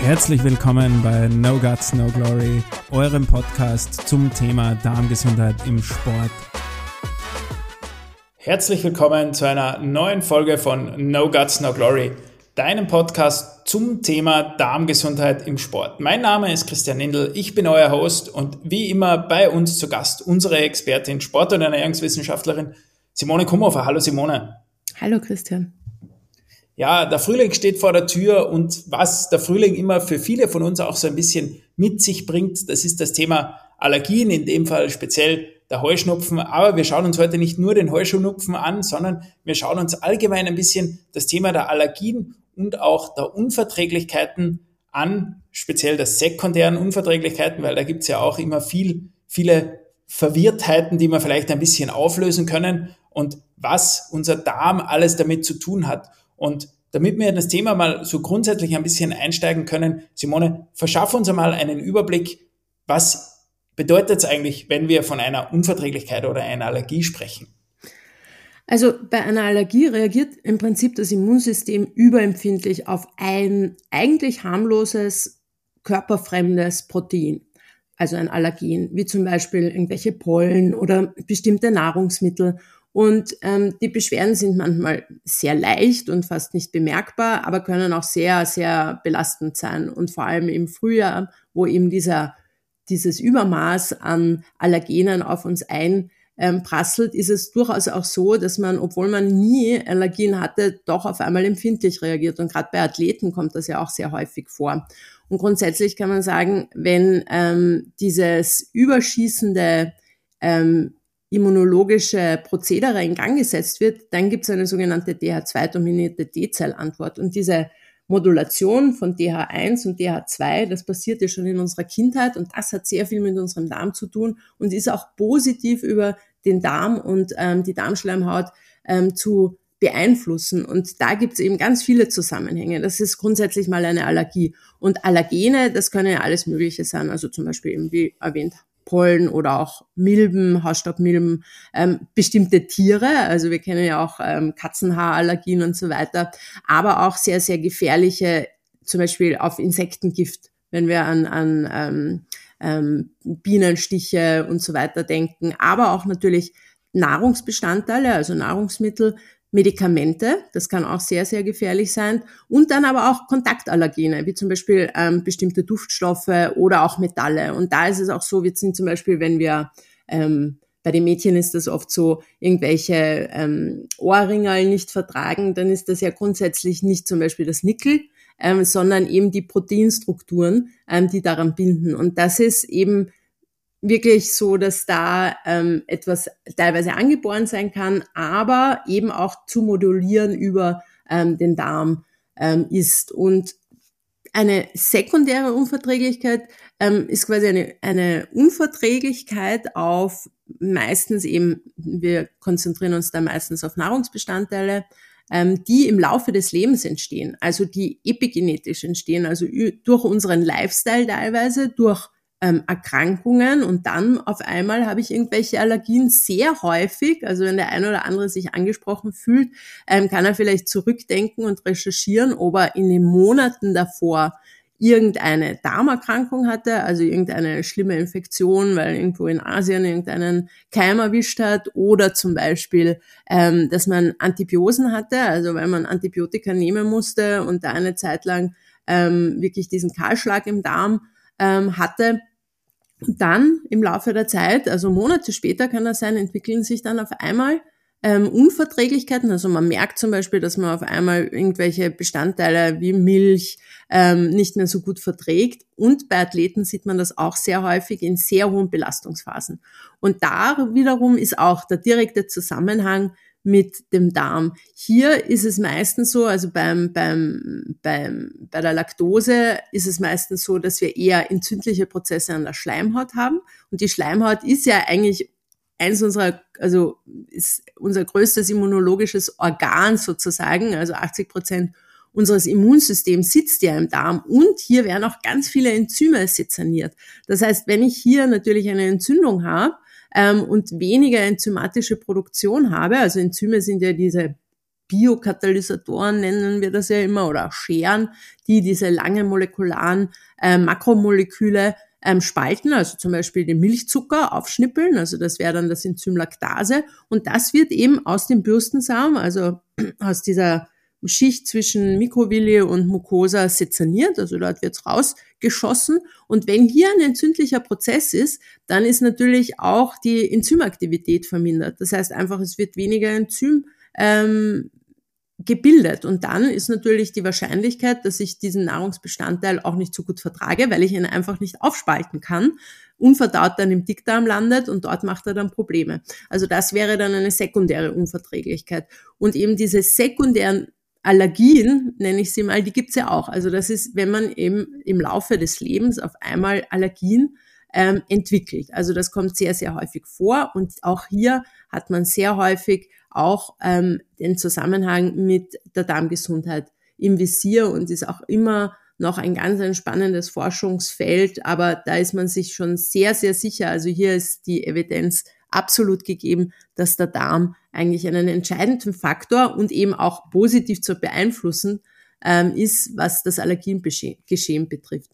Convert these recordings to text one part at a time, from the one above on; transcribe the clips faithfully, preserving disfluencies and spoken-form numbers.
Herzlich willkommen bei No Guts, No Glory, eurem Podcast zum Thema Darmgesundheit im Sport. Herzlich willkommen zu einer neuen Folge von No Guts, No Glory, deinem Podcast zum Thema Darmgesundheit im Sport. Mein Name ist Christian Nindl, ich bin euer Host und wie immer bei uns zu Gast unsere Expertin, Sport- und Ernährungswissenschaftlerin Simone Kumhofer. Hallo Simone. Hallo Christian. Ja, der Frühling steht vor der Tür und was der Frühling immer für viele von uns auch so ein bisschen mit sich bringt, das ist das Thema Allergien, in dem Fall speziell der Heuschnupfen. Aber wir schauen uns heute nicht nur den Heuschnupfen an, sondern wir schauen uns allgemein ein bisschen das Thema der Allergien und auch der Unverträglichkeiten an, speziell der sekundären Unverträglichkeiten, weil da gibt's ja auch immer viel, viele Verwirrtheiten, die wir vielleicht ein bisschen auflösen können und was unser Darm alles damit zu tun hat. Und damit wir in das Thema mal so grundsätzlich ein bisschen einsteigen können, Simone, verschaff uns einmal einen Überblick, was bedeutet es eigentlich, wenn wir von einer Unverträglichkeit oder einer Allergie sprechen? Also bei einer Allergie reagiert im Prinzip das Immunsystem überempfindlich auf ein eigentlich harmloses, körperfremdes Protein, also ein Allergen, wie zum Beispiel irgendwelche Pollen oder bestimmte Nahrungsmittel. Und ähm, die Beschwerden sind manchmal sehr leicht und fast nicht bemerkbar, aber können auch sehr, sehr belastend sein. Und vor allem im Frühjahr, wo eben dieser dieses Übermaß an Allergenen auf uns einprasselt, ist es durchaus auch so, dass man, obwohl man nie Allergien hatte, doch auf einmal empfindlich reagiert. Und gerade bei Athleten kommt das ja auch sehr häufig vor. Und grundsätzlich kann man sagen, wenn ähm, dieses überschießende ähm, immunologische Prozedere in Gang gesetzt wird, dann gibt es eine sogenannte D H zwei dominierte T-Zellantwort. Und diese Modulation von D H eins und D H zwei, das passiert ja schon in unserer Kindheit und das hat sehr viel mit unserem Darm zu tun und ist auch positiv über den Darm und ähm, die Darmschleimhaut ähm, zu beeinflussen. Und da gibt es eben ganz viele Zusammenhänge. Das ist grundsätzlich mal eine Allergie. Und Allergene, das können ja alles Mögliche sein, also zum Beispiel eben wie erwähnt, Pollen oder auch Milben, Hausstaubmilben, ähm, bestimmte Tiere, also wir kennen ja auch ähm, Katzenhaarallergien und so weiter, aber auch sehr, sehr gefährliche, zum Beispiel auf Insektengift, wenn wir an, an ähm, ähm, Bienenstiche und so weiter denken, aber auch natürlich Nahrungsbestandteile, also Nahrungsmittel, Medikamente, das kann auch sehr, sehr gefährlich sein und dann aber auch Kontaktallergene, wie zum Beispiel ähm, bestimmte Duftstoffe oder auch Metalle. Und da ist es auch so, wir sind zum Beispiel, wenn wir, ähm, bei den Mädchen ist das oft so, irgendwelche ähm, Ohrringerl nicht vertragen, dann ist das ja grundsätzlich nicht zum Beispiel das Nickel, ähm, sondern eben die Proteinstrukturen, ähm, die daran binden. Und das ist eben wirklich so, dass da ähm, etwas teilweise angeboren sein kann, aber eben auch zu modulieren über ähm, den Darm ähm, ist. Und eine sekundäre Unverträglichkeit ähm, ist quasi eine, eine Unverträglichkeit auf meistens eben, wir konzentrieren uns da meistens auf Nahrungsbestandteile, ähm, die im Laufe des Lebens entstehen, also die epigenetisch entstehen, also durch unseren Lifestyle teilweise, durch Erkrankungen und dann auf einmal habe ich irgendwelche Allergien sehr häufig, also wenn der eine oder andere sich angesprochen fühlt, ähm, kann er vielleicht zurückdenken und recherchieren, ob er in den Monaten davor irgendeine Darmerkrankung hatte, also irgendeine schlimme Infektion, weil irgendwo in Asien irgendeinen Keim erwischt hat oder zum Beispiel, ähm, dass man Antibiosen hatte, also weil man Antibiotika nehmen musste und da eine Zeit lang ähm, wirklich diesen Kahlschlag im Darm ähm, hatte. Und dann im Laufe der Zeit, also Monate später kann das sein, entwickeln sich dann auf einmal ähm, Unverträglichkeiten. Also man merkt zum Beispiel, dass man auf einmal irgendwelche Bestandteile wie Milch ähm, nicht mehr so gut verträgt. Und bei Athleten sieht man das auch sehr häufig in sehr hohen Belastungsphasen. Und da wiederum ist auch der direkte Zusammenhang mit dem Darm. Hier ist es meistens so, also beim, beim, beim, bei der Laktose ist es meistens so, dass wir eher entzündliche Prozesse an der Schleimhaut haben. Und die Schleimhaut ist ja eigentlich eins unserer, also ist unser größtes immunologisches Organ sozusagen, also achtzig Prozent unseres Immunsystems sitzt ja im Darm und hier werden auch ganz viele Enzyme sezerniert. Das heißt, wenn ich hier natürlich eine Entzündung habe, ähm, und weniger enzymatische Produktion habe, also Enzyme sind ja diese Biokatalysatoren nennen wir das ja immer, oder auch Scheren, die diese langen molekularen äh, Makromoleküle ähm, spalten, also zum Beispiel den Milchzucker aufschnippeln, also das wäre dann das Enzym Laktase, und das wird eben aus dem Bürstensaum, also aus dieser Schicht zwischen Mikrovilli und Mucosa sezerniert, also dort wird's rausgeschossen, und wenn hier ein entzündlicher Prozess ist, dann ist natürlich auch die Enzymaktivität vermindert, das heißt einfach, es wird weniger Enzym ähm, gebildet, und dann ist natürlich die Wahrscheinlichkeit, dass ich diesen Nahrungsbestandteil auch nicht so gut vertrage, weil ich ihn einfach nicht aufspalten kann, unverdaut dann im Dickdarm landet und dort macht er dann Probleme. Also das wäre dann eine sekundäre Unverträglichkeit. Und eben diese sekundären Allergien, nenne ich sie mal, die gibt's ja auch. Also das ist, wenn man eben im Laufe des Lebens auf einmal Allergien ähm, entwickelt. Also das kommt sehr, sehr häufig vor, und auch hier hat man sehr häufig auch ähm, den Zusammenhang mit der Darmgesundheit im Visier und ist auch immer noch ein ganz ein spannendes Forschungsfeld, aber da ist man sich schon sehr, sehr sicher. Also hier ist die Evidenz absolut gegeben, dass der Darm eigentlich einen entscheidenden Faktor und eben auch positiv zu beeinflussen ähm, ist, was das Allergiengeschehen betrifft.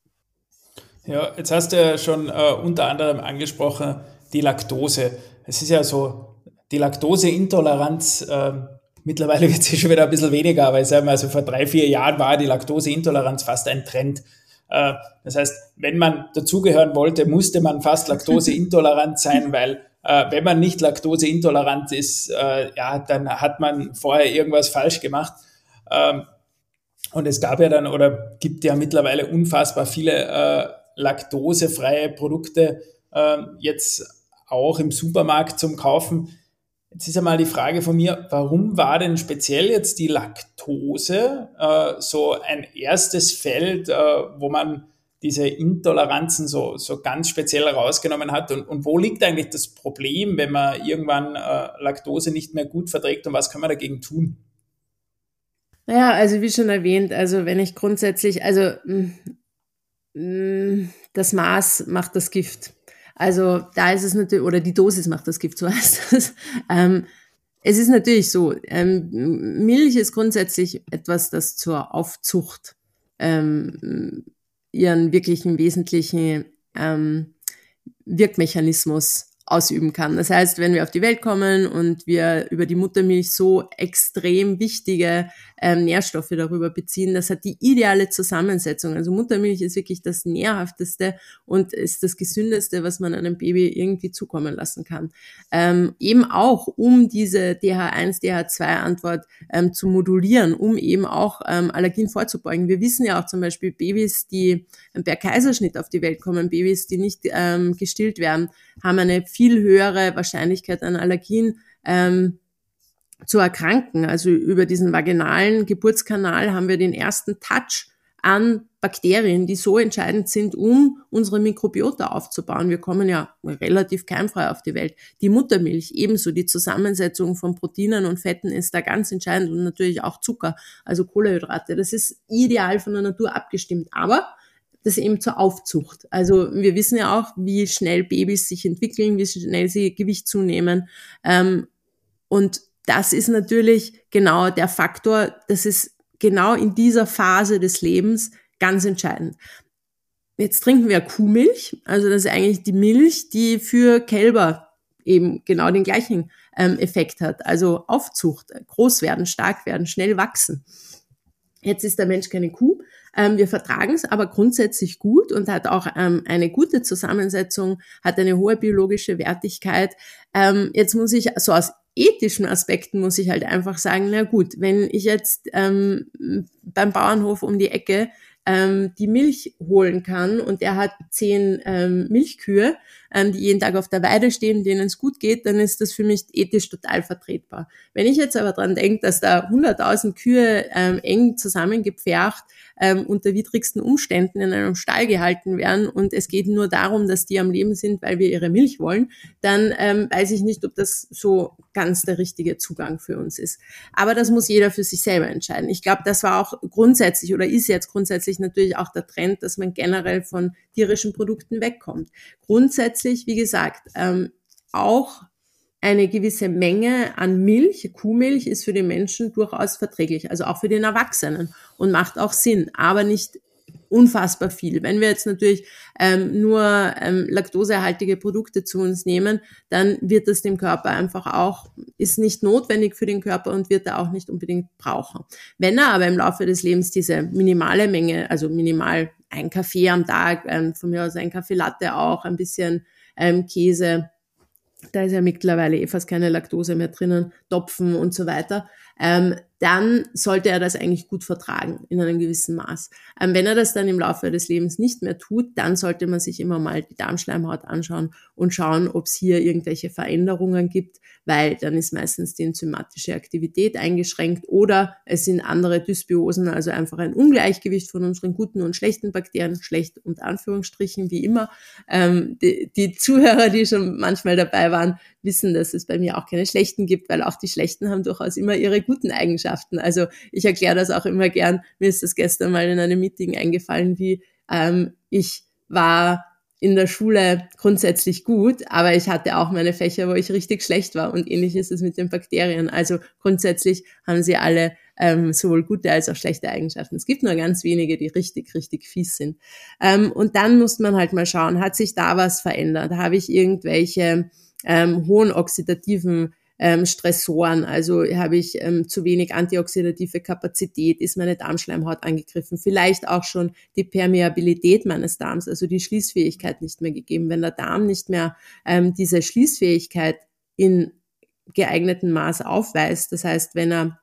Ja, jetzt hast du ja schon äh, unter anderem angesprochen, die Laktose. Es ist ja so, die Laktoseintoleranz, äh, mittlerweile wird sie schon wieder ein bisschen weniger, aber ich sage mal, also vor drei, vier Jahren war die Laktoseintoleranz fast ein Trend. Äh, das heißt, wenn man dazugehören wollte, musste man fast laktoseintolerant sein, weil äh, wenn man nicht laktoseintolerant ist, äh, ja, dann hat man vorher irgendwas falsch gemacht. Ähm, und es gab ja dann oder gibt ja mittlerweile unfassbar viele äh, laktosefreie Produkte äh, jetzt auch im Supermarkt zum Kaufen. Jetzt ist einmal die Frage von mir, warum war denn speziell jetzt die Laktose äh, so ein erstes Feld, äh, wo man diese Intoleranzen so, so ganz speziell rausgenommen hat? Und, und wo liegt eigentlich das Problem, wenn man irgendwann äh, Laktose nicht mehr gut verträgt, und was kann man dagegen tun? Ja, also wie schon erwähnt, also wenn ich grundsätzlich, also mh, das Maß macht das Gift. Also da ist es natürlich, oder die Dosis macht das Gift, so heißt das. Ähm, es ist natürlich so, ähm, Milch ist grundsätzlich etwas, das zur Aufzucht ähm, ihren wirklichen wesentlichen ähm, Wirkmechanismus ausüben kann. Das heißt, wenn wir auf die Welt kommen und wir über die Muttermilch so extrem wichtige ähm, Nährstoffe darüber beziehen, das hat die ideale Zusammensetzung. Also Muttermilch ist wirklich das Nährhafteste und ist das Gesündeste, was man einem Baby irgendwie zukommen lassen kann. Ähm, eben auch, um diese D H eins, D H zwei Antwort ähm, zu modulieren, um eben auch ähm, Allergien vorzubeugen. Wir wissen ja auch zum Beispiel, Babys, die per Kaiserschnitt auf die Welt kommen, Babys, die nicht ähm, gestillt werden, haben eine viel höhere Wahrscheinlichkeit an Allergien ähm, zu erkranken. Also über diesen vaginalen Geburtskanal haben wir den ersten Touch an Bakterien, die so entscheidend sind, um unsere Mikrobiota aufzubauen. Wir kommen ja relativ keimfrei auf die Welt. Die Muttermilch ebenso, die Zusammensetzung von Proteinen und Fetten ist da ganz entscheidend, und natürlich auch Zucker, also Kohlenhydrate. Das ist ideal von der Natur abgestimmt, aber das eben zur Aufzucht. Also wir wissen ja auch, wie schnell Babys sich entwickeln, wie schnell sie Gewicht zunehmen. Ähm, und das ist natürlich genau der Faktor, das ist genau in dieser Phase des Lebens ganz entscheidend. Jetzt trinken wir Kuhmilch, also das ist eigentlich die Milch, die für Kälber eben genau den gleichen ähm, Effekt hat. Also Aufzucht, groß werden, stark werden, schnell wachsen. Jetzt ist der Mensch keine Kuh. Ähm, wir vertragen es aber grundsätzlich gut und hat auch ähm, eine gute Zusammensetzung, hat eine hohe biologische Wertigkeit. Ähm, jetzt muss ich, so aus ethischen Aspekten muss ich halt einfach sagen, na gut, wenn ich jetzt ähm, beim Bauernhof um die Ecke ähm, die Milch holen kann und er hat zehn ähm, Milchkühe, ähm, die jeden Tag auf der Weide stehen, denen es gut geht, dann ist das für mich ethisch total vertretbar. Wenn ich jetzt aber dran denke, dass da hunderttausend Kühe ähm, eng zusammengepfercht ähm, unter widrigsten Umständen in einem Stall gehalten werden und es geht nur darum, dass die am Leben sind, weil wir ihre Milch wollen, dann ähm, weiß ich nicht, ob das so ganz der richtige Zugang für uns ist. Aber das muss jeder für sich selber entscheiden. Ich glaube, das war auch grundsätzlich oder ist jetzt grundsätzlich natürlich auch der Trend, dass man generell von tierischen Produkten wegkommt. Grundsätzlich, wie gesagt, ähm, auch eine gewisse Menge an Milch, Kuhmilch, ist für den Menschen durchaus verträglich, also auch für den Erwachsenen und macht auch Sinn, aber nicht unfassbar viel. Wenn wir jetzt natürlich ähm, nur ähm, laktosehaltige Produkte zu uns nehmen, dann wird das dem Körper einfach auch, ist nicht notwendig für den Körper und wird er auch nicht unbedingt brauchen. Wenn er aber im Laufe des Lebens diese minimale Menge, also minimal ein Kaffee am Tag, ähm, von mir aus ein Kaffee Latte auch, ein bisschen ähm, Käse, da ist ja mittlerweile eh fast keine Laktose mehr drinnen, Topfen und so weiter, ähm, dann sollte er das eigentlich gut vertragen in einem gewissen Maß. Ähm, wenn er das dann im Laufe des Lebens nicht mehr tut, dann sollte man sich immer mal die Darmschleimhaut anschauen und schauen, ob es hier irgendwelche Veränderungen gibt, weil dann ist meistens die enzymatische Aktivität eingeschränkt oder es sind andere Dysbiosen, also einfach ein Ungleichgewicht von unseren guten und schlechten Bakterien, schlecht unter Anführungsstrichen wie immer. Ähm, die, die Zuhörer, die schon manchmal dabei waren, wissen, dass es bei mir auch keine schlechten gibt, weil auch die schlechten haben durchaus immer ihre guten Eigenschaften. Also ich erkläre das auch immer gern. Mir ist das gestern mal in einem Meeting eingefallen, wie ähm, ich war in der Schule grundsätzlich gut, aber ich hatte auch meine Fächer, wo ich richtig schlecht war und ähnlich ist es mit den Bakterien. Also grundsätzlich haben sie alle ähm, sowohl gute als auch schlechte Eigenschaften. Es gibt nur ganz wenige, die richtig, richtig fies sind. Ähm, und dann muss man halt mal schauen, hat sich da was verändert? Habe ich irgendwelche ähm, hohen oxidativen ähm, Stressoren, also habe ich ähm, zu wenig antioxidative Kapazität, ist meine Darmschleimhaut angegriffen, vielleicht auch schon die Permeabilität meines Darms, also die Schließfähigkeit nicht mehr gegeben. Wenn der Darm nicht mehr ähm, diese Schließfähigkeit in geeignetem Maß aufweist, das heißt, wenn er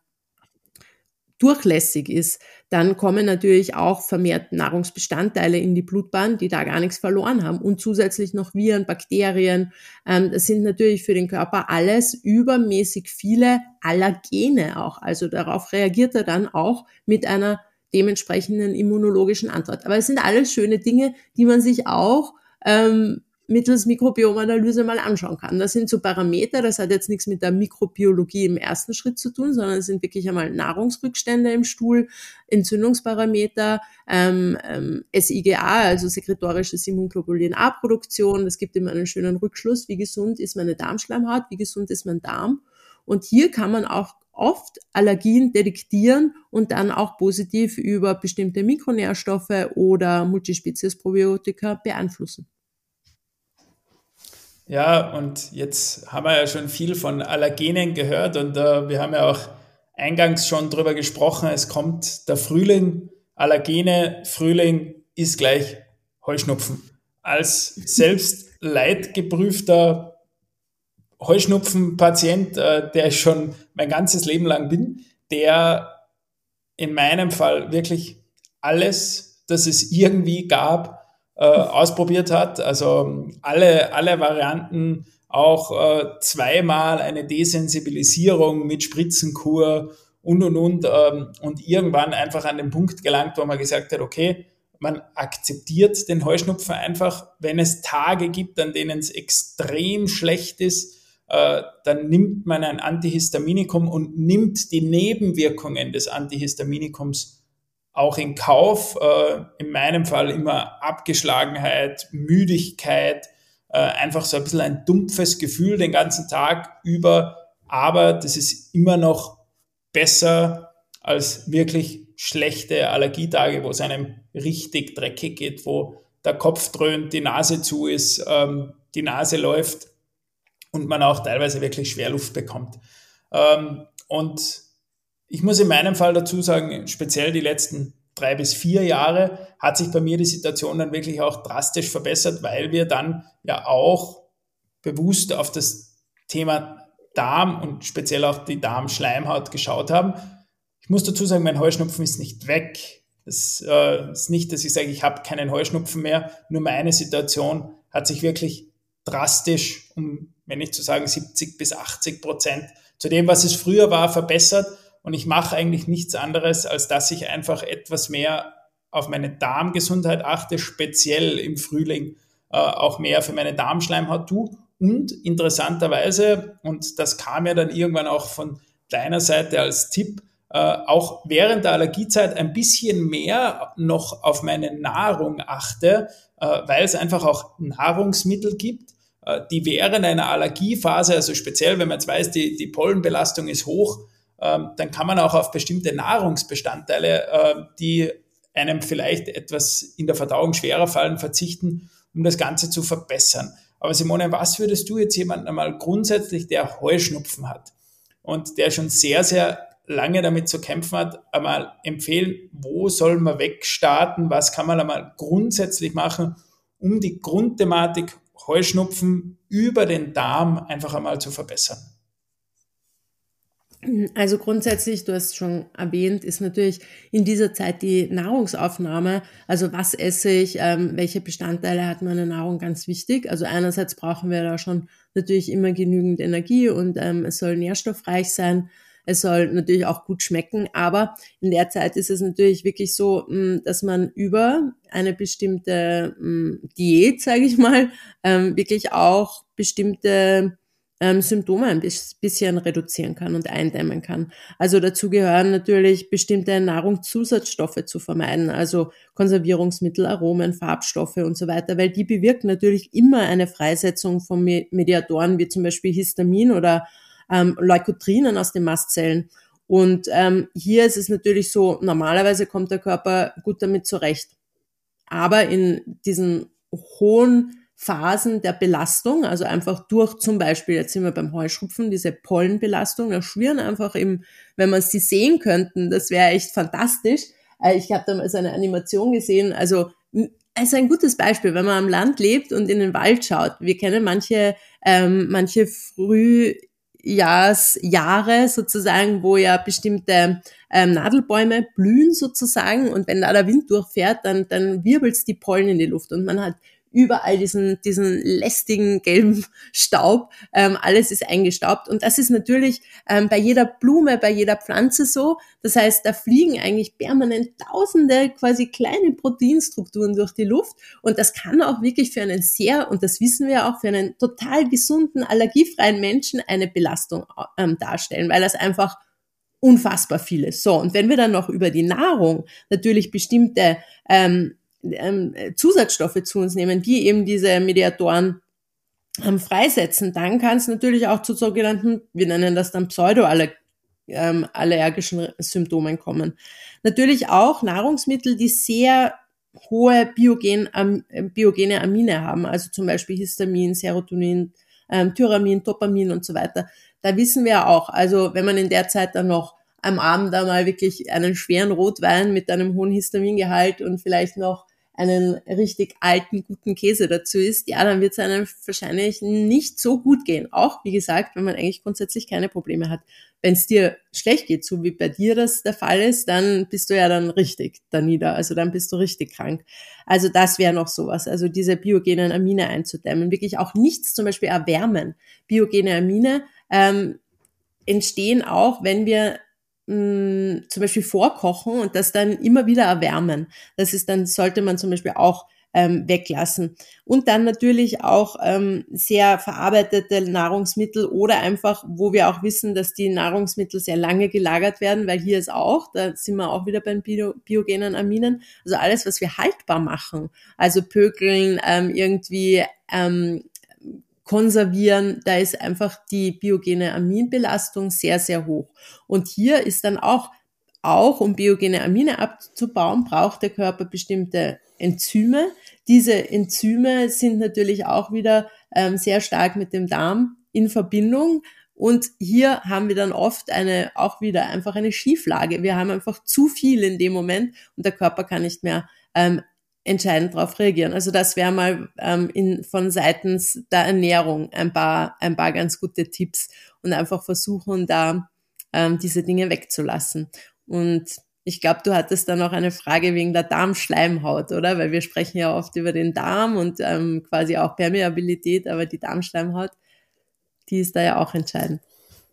durchlässig ist, dann kommen natürlich auch vermehrt Nahrungsbestandteile in die Blutbahn, die da gar nichts verloren haben und zusätzlich noch Viren, Bakterien. Ähm, das sind natürlich für den Körper alles übermäßig viele Allergene auch. Also darauf reagiert er dann auch mit einer dementsprechenden immunologischen Antwort. Aber es sind alles schöne Dinge, die man sich auch ähm, mittels Mikrobiomanalyse mal anschauen kann. Das sind so Parameter, das hat jetzt nichts mit der Mikrobiologie im ersten Schritt zu tun, sondern es sind wirklich einmal Nahrungsrückstände im Stuhl, Entzündungsparameter, ähm, ähm, S I G A, also sekretorisches Immunglobulin A-Produktion. Das gibt immer einen schönen Rückschluss, wie gesund ist meine Darmschleimhaut, wie gesund ist mein Darm. Und hier kann man auch oft Allergien detektieren und dann auch positiv über bestimmte Mikronährstoffe oder Multispezies-Probiotika beeinflussen. Ja, und jetzt haben wir ja schon viel von Allergenen gehört und äh, wir haben ja auch eingangs schon drüber gesprochen, es kommt der Frühling, Allergene, Frühling ist gleich Heuschnupfen. Als selbst leidgeprüfter Heuschnupfenpatient, äh, der ich schon mein ganzes Leben lang bin, der in meinem Fall wirklich alles, das es irgendwie gab, Äh, ausprobiert hat, also alle, alle Varianten, auch äh, zweimal eine Desensibilisierung mit Spritzenkur und und und ähm, und irgendwann einfach an den Punkt gelangt, wo man gesagt hat, okay, man akzeptiert den Heuschnupfen einfach, wenn es Tage gibt, an denen es extrem schlecht ist, äh, dann nimmt man ein Antihistaminikum und nimmt die Nebenwirkungen des Antihistaminikums auch in Kauf, äh, in meinem Fall immer Abgeschlagenheit, Müdigkeit, äh, einfach so ein bisschen ein dumpfes Gefühl den ganzen Tag über, aber das ist immer noch besser als wirklich schlechte Allergietage, wo es einem richtig dreckig geht, wo der Kopf dröhnt, die Nase zu ist, ähm, die Nase läuft und man auch teilweise wirklich Schwerluft bekommt. Ähm, und ich muss in meinem Fall dazu sagen, speziell die letzten drei bis vier Jahre hat sich bei mir die Situation dann wirklich auch drastisch verbessert, weil wir dann ja auch bewusst auf das Thema Darm und speziell auch die Darmschleimhaut geschaut haben. Ich muss dazu sagen, mein Heuschnupfen ist nicht weg. Es äh, ist nicht, dass ich sage, ich habe keinen Heuschnupfen mehr, nur meine Situation hat sich wirklich drastisch um, wenn nicht zu sagen, siebzig bis achtzig Prozent zu dem, was es früher war, verbessert. Und ich mache eigentlich nichts anderes, als dass ich einfach etwas mehr auf meine Darmgesundheit achte, speziell im Frühling äh, auch mehr für meine Darmschleimhaut tue. Und interessanterweise, und das kam ja dann irgendwann auch von deiner Seite als Tipp, äh, auch während der Allergiezeit ein bisschen mehr noch auf meine Nahrung achte, äh, weil es einfach auch Nahrungsmittel gibt, die während einer Allergiephase, also speziell, wenn man jetzt weiß, die, die Pollenbelastung ist hoch, dann kann man auch auf bestimmte Nahrungsbestandteile, die einem vielleicht etwas in der Verdauung schwerer fallen, verzichten, um das Ganze zu verbessern. Aber Simone, was würdest du jetzt jemandem einmal grundsätzlich, der Heuschnupfen hat und der schon sehr, sehr lange damit zu kämpfen hat, einmal empfehlen, wo soll man wegstarten, was kann man einmal grundsätzlich machen, um die Grundthematik Heuschnupfen über den Darm einfach einmal zu verbessern? Also grundsätzlich, du hast schon erwähnt, ist natürlich in dieser Zeit die Nahrungsaufnahme, also was esse ich, ähm, welche Bestandteile hat meine Nahrung, ganz wichtig. Also einerseits brauchen wir da schon natürlich immer genügend Energie und ähm, es soll nährstoffreich sein. Es soll natürlich auch gut schmecken, aber in der Zeit ist es natürlich wirklich so, dass man über eine bestimmte Diät, sage ich mal, wirklich auch bestimmte Symptome ein bisschen reduzieren kann und eindämmen kann. Also dazu gehören natürlich bestimmte Nahrungszusatzstoffe zu vermeiden, also Konservierungsmittel, Aromen, Farbstoffe und so weiter, weil die bewirken natürlich immer eine Freisetzung von Mediatoren wie zum Beispiel Histamin oder Ähm, Leukotrien aus den Mastzellen. Und ähm, hier ist es natürlich so, normalerweise kommt der Körper gut damit zurecht. Aber in diesen hohen Phasen der Belastung, also einfach durch zum Beispiel, jetzt sind wir beim Heuschnupfen, diese Pollenbelastung, da schwirren einfach im, wenn man sie sehen könnten, das wäre echt fantastisch. Äh, ich habe da mal so eine Animation gesehen, also also ein gutes Beispiel, wenn man am Land lebt und in den Wald schaut. Wir kennen manche, ähm, manche früh Jahre sozusagen, wo ja bestimmte ähm, Nadelbäume blühen sozusagen und wenn da der Wind durchfährt, dann, dann wirbelt's die Pollen in die Luft und man hat überall diesen, diesen lästigen gelben Staub, ähm, alles ist eingestaubt und das ist natürlich ähm, bei jeder Blume, bei jeder Pflanze so, das heißt, da fliegen eigentlich permanent tausende quasi kleine Proteinstrukturen durch die Luft und das kann auch wirklich für einen sehr, und das wissen wir auch, für einen total gesunden, allergiefreien Menschen eine Belastung ähm, darstellen, weil das einfach unfassbar viel ist. So, und wenn wir dann noch über die Nahrung natürlich bestimmte ähm, ähm, Zusatzstoffe zu uns nehmen, die eben diese Mediatoren ähm, freisetzen, dann kann es natürlich auch zu sogenannten, wir nennen das dann pseudoallergischen ähm, allergischen Symptomen kommen. Natürlich auch Nahrungsmittel, die sehr hohe biogen, ähm, biogene Amine haben, also zum Beispiel Histamin, Serotonin, ähm, Tyramin, Dopamin und so weiter. Da wissen wir auch, also wenn man in der Zeit dann noch am Abend einmal wirklich einen schweren Rotwein mit einem hohen Histamingehalt und vielleicht noch einen richtig alten, guten Käse dazu isst, ja, dann wird es einem wahrscheinlich nicht so gut gehen. Auch, wie gesagt, wenn man eigentlich grundsätzlich keine Probleme hat. Wenn es dir schlecht geht, so wie bei dir das der Fall ist, dann bist du ja dann richtig da nieder. Also dann bist du richtig krank. Also das wäre noch sowas. Also diese biogenen Amine einzudämmen. Wirklich auch nichts zum Beispiel erwärmen. Biogene Amine ähm, entstehen auch, wenn wir zum Beispiel vorkochen und das dann immer wieder erwärmen. Das ist dann, sollte man zum Beispiel auch ähm, weglassen. Und dann natürlich auch ähm, sehr verarbeitete Nahrungsmittel oder einfach, wo wir auch wissen, dass die Nahrungsmittel sehr lange gelagert werden, weil hier ist auch, da sind wir auch wieder beim Bio, biogenen Aminen, also alles, was wir haltbar machen, also pökeln, ähm, irgendwie ähm, konservieren, da ist einfach die biogene Aminbelastung sehr, sehr hoch. Und hier ist dann auch, auch um biogene Amine abzubauen, braucht der Körper bestimmte Enzyme. Diese Enzyme sind natürlich auch wieder ähm, sehr stark mit dem Darm in Verbindung. Und hier haben wir dann oft eine, auch wieder einfach eine Schieflage. Wir haben einfach zu viel in dem Moment und der Körper kann nicht mehr ähm, entscheidend darauf reagieren. Also das wäre mal ähm, in, von seitens der Ernährung ein paar, ein paar ganz gute Tipps und einfach versuchen, da ähm, diese Dinge wegzulassen. Und ich glaube, du hattest dann noch eine Frage wegen der Darmschleimhaut, oder? Weil wir sprechen ja oft über den Darm und ähm, quasi auch Permeabilität, aber die Darmschleimhaut, die ist da ja auch entscheidend.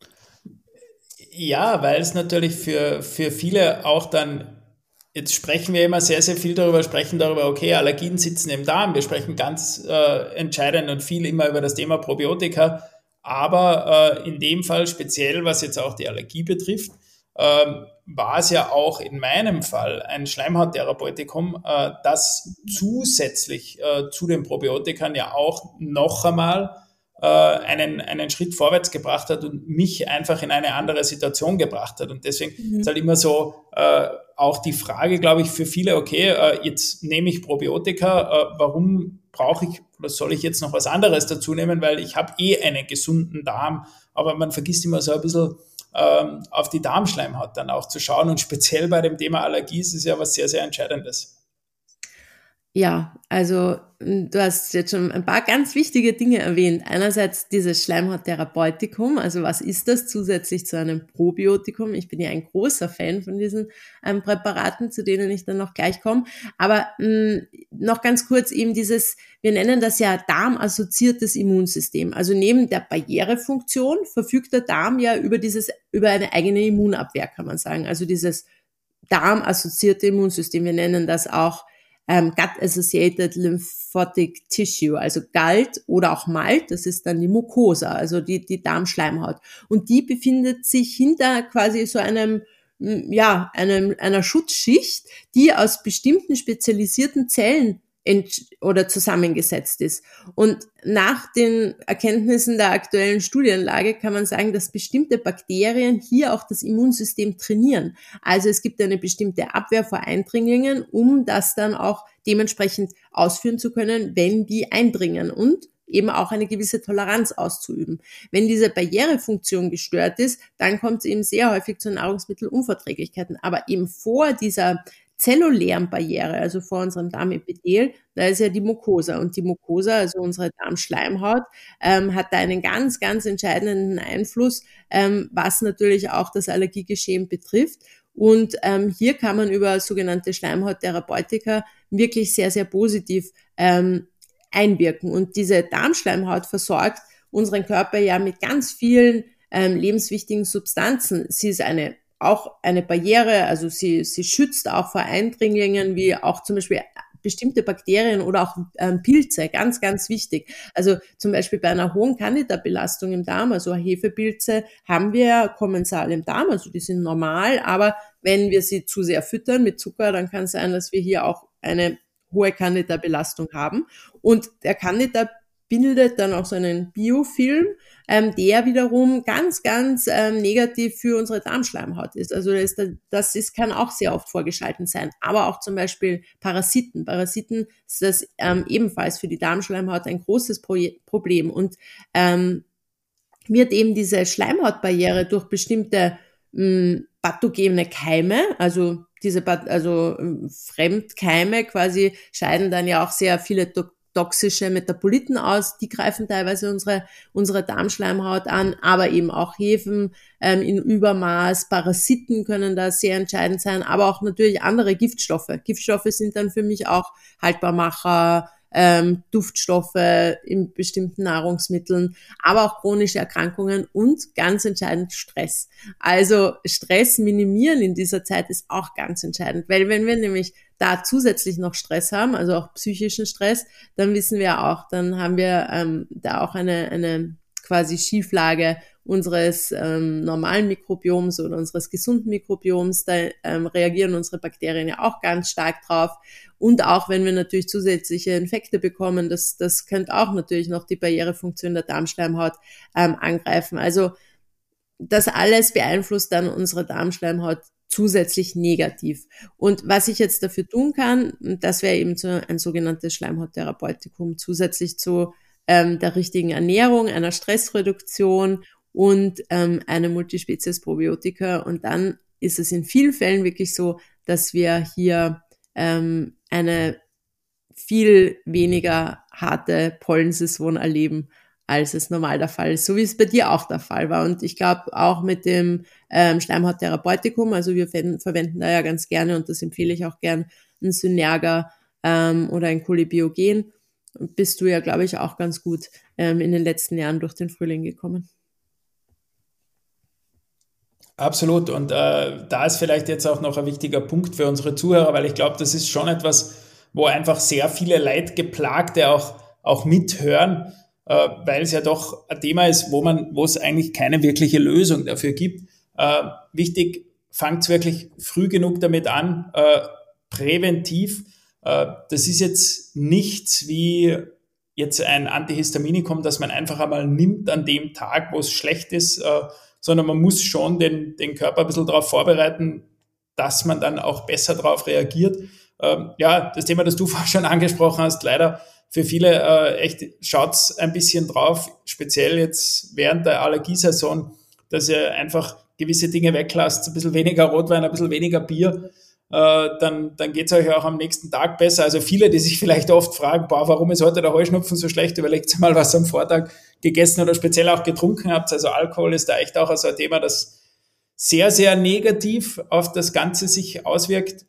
Ja, weil es natürlich für, für viele auch dann, jetzt sprechen wir immer sehr, sehr viel darüber, sprechen darüber, okay, Allergien sitzen im Darm. Wir sprechen ganz äh, entscheidend und viel immer über das Thema Probiotika. Aber äh, in dem Fall speziell, was jetzt auch die Allergie betrifft, äh, war es ja auch in meinem Fall ein Schleimhauttherapeutikum, äh, das zusätzlich äh, zu den Probiotikern ja auch noch einmal äh, einen, einen Schritt vorwärts gebracht hat und mich einfach in eine andere Situation gebracht hat. Und deswegen mhm. ist halt immer so äh, auch die Frage, glaube ich, für viele, okay, äh, jetzt nehme ich Probiotika, äh, warum brauche ich oder soll ich jetzt noch was anderes dazu nehmen, weil ich habe eh einen gesunden Darm, aber man vergisst immer so ein bisschen ähm, auf die Darmschleimhaut dann auch zu schauen und speziell bei dem Thema Allergie ist es ja was sehr, sehr Entscheidendes. Ja, also du hast jetzt schon ein paar ganz wichtige Dinge erwähnt. Einerseits dieses Schleimhauttherapeutikum, also was ist das zusätzlich zu einem Probiotikum? Ich bin ja ein großer Fan von diesen ähm, Präparaten, zu denen ich dann noch gleich komme. Aber mh, noch ganz kurz eben dieses, wir nennen das ja darmassoziiertes Immunsystem. Also neben der Barrierefunktion verfügt der Darm ja über dieses, über eine eigene Immunabwehr, kann man sagen. Also dieses darmassoziierte Immunsystem, wir nennen das auch Ähm, Gut-Associated Lymphatic Tissue, also G A L T oder auch M A L T, das ist dann die Mucosa, also die, die Darmschleimhaut. Und die befindet sich hinter quasi so einem, ja, einem, einer Schutzschicht, die aus bestimmten spezialisierten Zellen oder zusammengesetzt ist. Und nach den Erkenntnissen der aktuellen Studienlage kann man sagen, dass bestimmte Bakterien hier auch das Immunsystem trainieren. Also es gibt eine bestimmte Abwehr vor Eindringlingen, um das dann auch dementsprechend ausführen zu können, wenn die eindringen und eben auch eine gewisse Toleranz auszuüben. Wenn diese Barrierefunktion gestört ist, dann kommt es eben sehr häufig zu Nahrungsmittelunverträglichkeiten. Aber eben vor dieser zellulären Barriere, also vor unserem Darmepithel, da ist ja die Mucosa. Und die Mucosa, also unsere Darmschleimhaut, ähm, hat da einen ganz, ganz entscheidenden Einfluss, ähm, was natürlich auch das Allergiegeschehen betrifft. Und ähm, hier kann man über sogenannte Schleimhauttherapeutika wirklich sehr, sehr positiv ähm, einwirken. Und diese Darmschleimhaut versorgt unseren Körper ja mit ganz vielen ähm, lebenswichtigen Substanzen. Sie ist eine auch eine Barriere, also sie, sie schützt auch vor Eindringlingen, wie auch zum Beispiel bestimmte Bakterien oder auch ähm, Pilze, ganz, ganz wichtig. Also zum Beispiel bei einer hohen Candida-Belastung im Darm, also Hefepilze, haben wir Kommensal im Darm, also die sind normal, aber wenn wir sie zu sehr füttern mit Zucker, dann kann es sein, dass wir hier auch eine hohe Candida-Belastung haben. Und der Candida bildet dann auch so einen Biofilm, ähm, der wiederum ganz, ganz ähm, negativ für unsere Darmschleimhaut ist. Also das, ist, das ist, kann auch sehr oft vorgeschalten sein. Aber auch zum Beispiel Parasiten. Parasiten ist das ähm, ebenfalls für die Darmschleimhaut ein großes Pro- Problem. Und ähm, wird eben diese Schleimhautbarriere durch bestimmte mh, pathogene Keime, also diese also äh, Fremdkeime quasi scheiden dann ja auch sehr viele to- toxische Metaboliten aus, die greifen teilweise unsere unsere Darmschleimhaut an, aber eben auch Hefen ähm, in Übermaß, Parasiten können da sehr entscheidend sein, aber auch natürlich andere Giftstoffe. Giftstoffe sind dann für mich auch Haltbarmacher, ähm, Duftstoffe in bestimmten Nahrungsmitteln, aber auch chronische Erkrankungen und ganz entscheidend Stress. Also Stress minimieren in dieser Zeit ist auch ganz entscheidend, weil wenn wir nämlich da zusätzlich noch Stress haben, also auch psychischen Stress, dann wissen wir auch, dann haben wir ähm, da auch eine, eine quasi Schieflage unseres ähm, normalen Mikrobioms oder unseres gesunden Mikrobioms. Da ähm, reagieren unsere Bakterien ja auch ganz stark drauf. Und auch wenn wir natürlich zusätzliche Infekte bekommen, das, das könnte auch natürlich noch die Barrierefunktion der Darmschleimhaut ähm, angreifen. Also das alles beeinflusst dann unsere Darmschleimhaut zusätzlich negativ. Und was ich jetzt dafür tun kann, das wäre eben so ein sogenanntes Schleimhauttherapeutikum zusätzlich zu ähm, der richtigen Ernährung, einer Stressreduktion und ähm, eine Multispezies-Probiotika. Und dann ist es in vielen Fällen wirklich so, dass wir hier ähm, eine viel weniger harte Pollensaison erleben, als es normal der Fall ist, so wie es bei dir auch der Fall war. Und ich glaube auch mit dem ähm, Schleimhauttherapeutikum, also wir ver- verwenden da ja ganz gerne, und das empfehle ich auch gern, ein Synerga ähm, oder ein Kolibiogen, bist du ja, glaube ich, auch ganz gut ähm, in den letzten Jahren durch den Frühling gekommen. Absolut. Und äh, da ist vielleicht jetzt auch noch ein wichtiger Punkt für unsere Zuhörer, weil ich glaube, das ist schon etwas, wo einfach sehr viele Leidgeplagte auch, auch mithören, äh, weil es ja doch ein Thema ist, wo man, wo es eigentlich keine wirkliche Lösung dafür gibt. Äh, wichtig, fangt wirklich früh genug damit an, äh, präventiv. Äh, das ist jetzt nichts wie jetzt ein Antihistaminikum, das man einfach einmal nimmt an dem Tag, wo es schlecht ist, äh, sondern man muss schon den, den Körper ein bisschen darauf vorbereiten, dass man dann auch besser darauf reagiert. Ähm, ja, das Thema, das du vorhin schon angesprochen hast, leider für viele äh, echt schaut's ein bisschen drauf, speziell jetzt während der Allergiesaison, dass ihr einfach gewisse Dinge weglasst, ein bisschen weniger Rotwein, ein bisschen weniger Bier, äh, dann, dann geht's euch auch am nächsten Tag besser. Also viele, die sich vielleicht oft fragen, boah, warum ist heute der Heuschnupfen so schlecht, überlegt mal, was ihr am Vortag gegessen oder speziell auch getrunken habt. Also Alkohol ist da echt auch so ein Thema, das sehr, sehr negativ auf das Ganze sich auswirkt.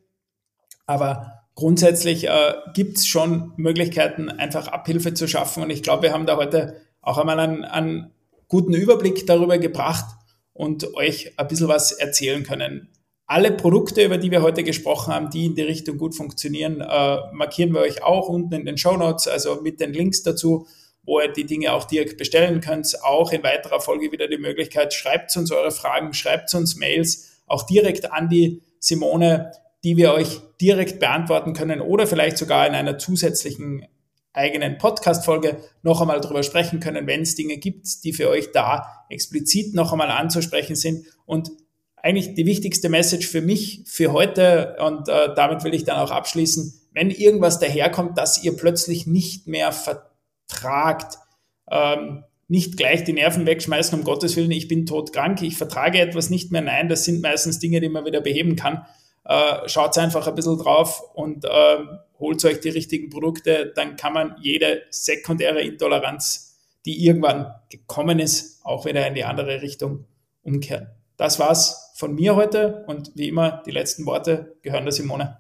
Aber grundsätzlich äh, gibt es schon Möglichkeiten, einfach Abhilfe zu schaffen. Und ich glaube, wir haben da heute auch einmal einen, einen guten Überblick darüber gebracht und euch ein bisschen was erzählen können. Alle Produkte, über die wir heute gesprochen haben, die in die Richtung gut funktionieren, äh, markieren wir euch auch unten in den Shownotes, also mit den Links dazu, wo ihr die Dinge auch direkt bestellen könnt. Auch in weiterer Folge wieder die Möglichkeit, schreibt uns eure Fragen, schreibt uns Mails, auch direkt an die Simone, die wir euch direkt beantworten können oder vielleicht sogar in einer zusätzlichen eigenen Podcast-Folge noch einmal darüber sprechen können, wenn es Dinge gibt, die für euch da explizit noch einmal anzusprechen sind. Und eigentlich die wichtigste Message für mich für heute, und äh, damit will ich dann auch abschließen, wenn irgendwas daherkommt, das ihr plötzlich nicht mehr vertragt, ähm, nicht gleich die Nerven wegschmeißen, um Gottes Willen, ich bin todkrank, ich vertrage etwas nicht mehr. Nein, das sind meistens Dinge, die man wieder beheben kann. Äh, schaut einfach ein bisschen drauf und äh, holt euch die richtigen Produkte, dann kann man jede sekundäre Intoleranz, die irgendwann gekommen ist, auch wieder in die andere Richtung umkehren. Das war's von mir heute und wie immer, die letzten Worte gehören der Simone.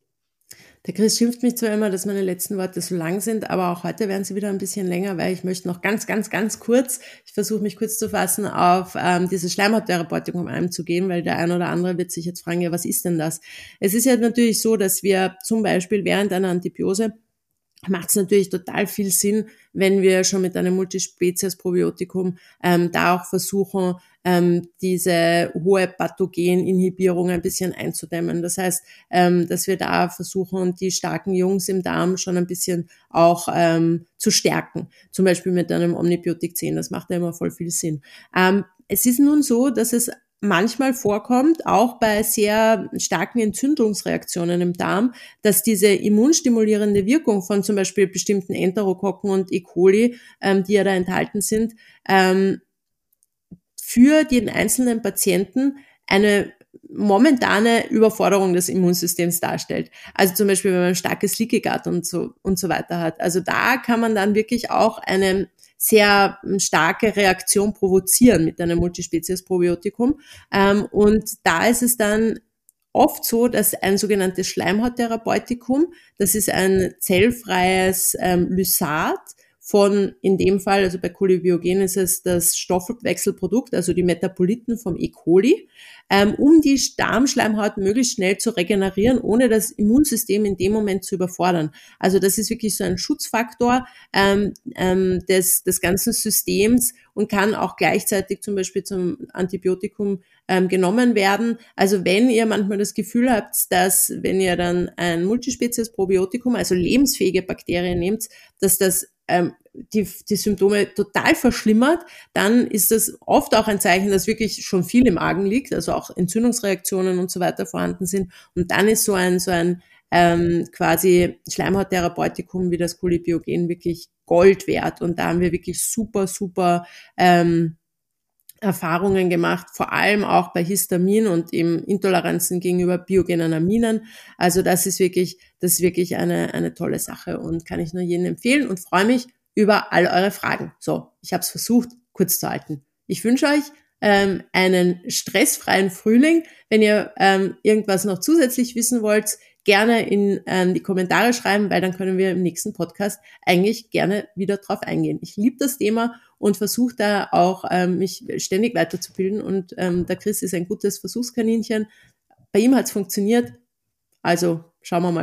Der Chris schimpft mich zwar immer, dass meine letzten Worte so lang sind, aber auch heute werden sie wieder ein bisschen länger, weil ich möchte noch ganz, ganz, ganz kurz, ich versuche mich kurz zu fassen, auf ähm, dieses Schleimhauttherapeutikum einzugehen, weil der ein oder andere wird sich jetzt fragen, ja, was ist denn das? Es ist ja natürlich so, dass wir zum Beispiel während einer Antibiose macht es natürlich total viel Sinn, wenn wir schon mit einem Multispezies-Probiotikum ähm, da auch versuchen, ähm, diese hohe Pathogeninhibierung ein bisschen einzudämmen. Das heißt, ähm, dass wir da versuchen, die starken Jungs im Darm schon ein bisschen auch ähm, zu stärken. Zum Beispiel mit einem Omnibiotik zehn, das macht ja immer voll viel Sinn. Ähm, es ist nun so, dass es manchmal vorkommt, auch bei sehr starken Entzündungsreaktionen im Darm, dass diese immunstimulierende Wirkung von zum Beispiel bestimmten Enterokokken und E. coli, ähm, die ja da enthalten sind, ähm, für den einzelnen Patienten eine momentane Überforderung des Immunsystems darstellt. Also zum Beispiel, wenn man ein starkes Leaky Gut und so, und so weiter hat. Also da kann man dann wirklich auch eine sehr starke Reaktion provozieren mit einem Multispezies-Probiotikum. Ähm, und da ist es dann oft so, dass ein sogenanntes Schleimhauttherapeutikum, das ist ein zellfreies ähm, Lysat von, in dem Fall, also bei Colibiogen ist es das Stoffwechselprodukt, also die Metaboliten vom E. coli, ähm, um die Darmschleimhaut möglichst schnell zu regenerieren, ohne das Immunsystem in dem Moment zu überfordern. Also das ist wirklich so ein Schutzfaktor ähm, ähm, des, des ganzen Systems und kann auch gleichzeitig zum Beispiel zum Antibiotikum ähm, genommen werden. Also wenn ihr manchmal das Gefühl habt, dass wenn ihr dann ein Multispezies-Probiotikum, also lebensfähige Bakterien nehmt, dass das ähm, die, die Symptome total verschlimmert, dann ist das oft auch ein Zeichen, dass wirklich schon viel im Argen liegt, also auch Entzündungsreaktionen und so weiter vorhanden sind. Und dann ist so ein so ein ähm, quasi Schleimhauttherapeutikum wie das Colibiogen wirklich Gold wert. Und da haben wir wirklich super, super ähm, Erfahrungen gemacht, vor allem auch bei Histamin und eben Intoleranzen gegenüber biogenen Aminen. Also das ist wirklich, das ist wirklich eine, eine tolle Sache und kann ich nur jedem empfehlen und freue mich über all eure Fragen. So, ich habe es versucht, kurz zu halten. Ich wünsche euch ähm, einen stressfreien Frühling. Wenn ihr ähm, irgendwas noch zusätzlich wissen wollt, gerne in ähm, die Kommentare schreiben, weil dann können wir im nächsten Podcast eigentlich gerne wieder drauf eingehen. Ich liebe das Thema und versuche da auch ähm, mich ständig weiterzubilden und ähm, der Chris ist ein gutes Versuchskaninchen. Bei ihm hat es funktioniert, also schauen wir mal.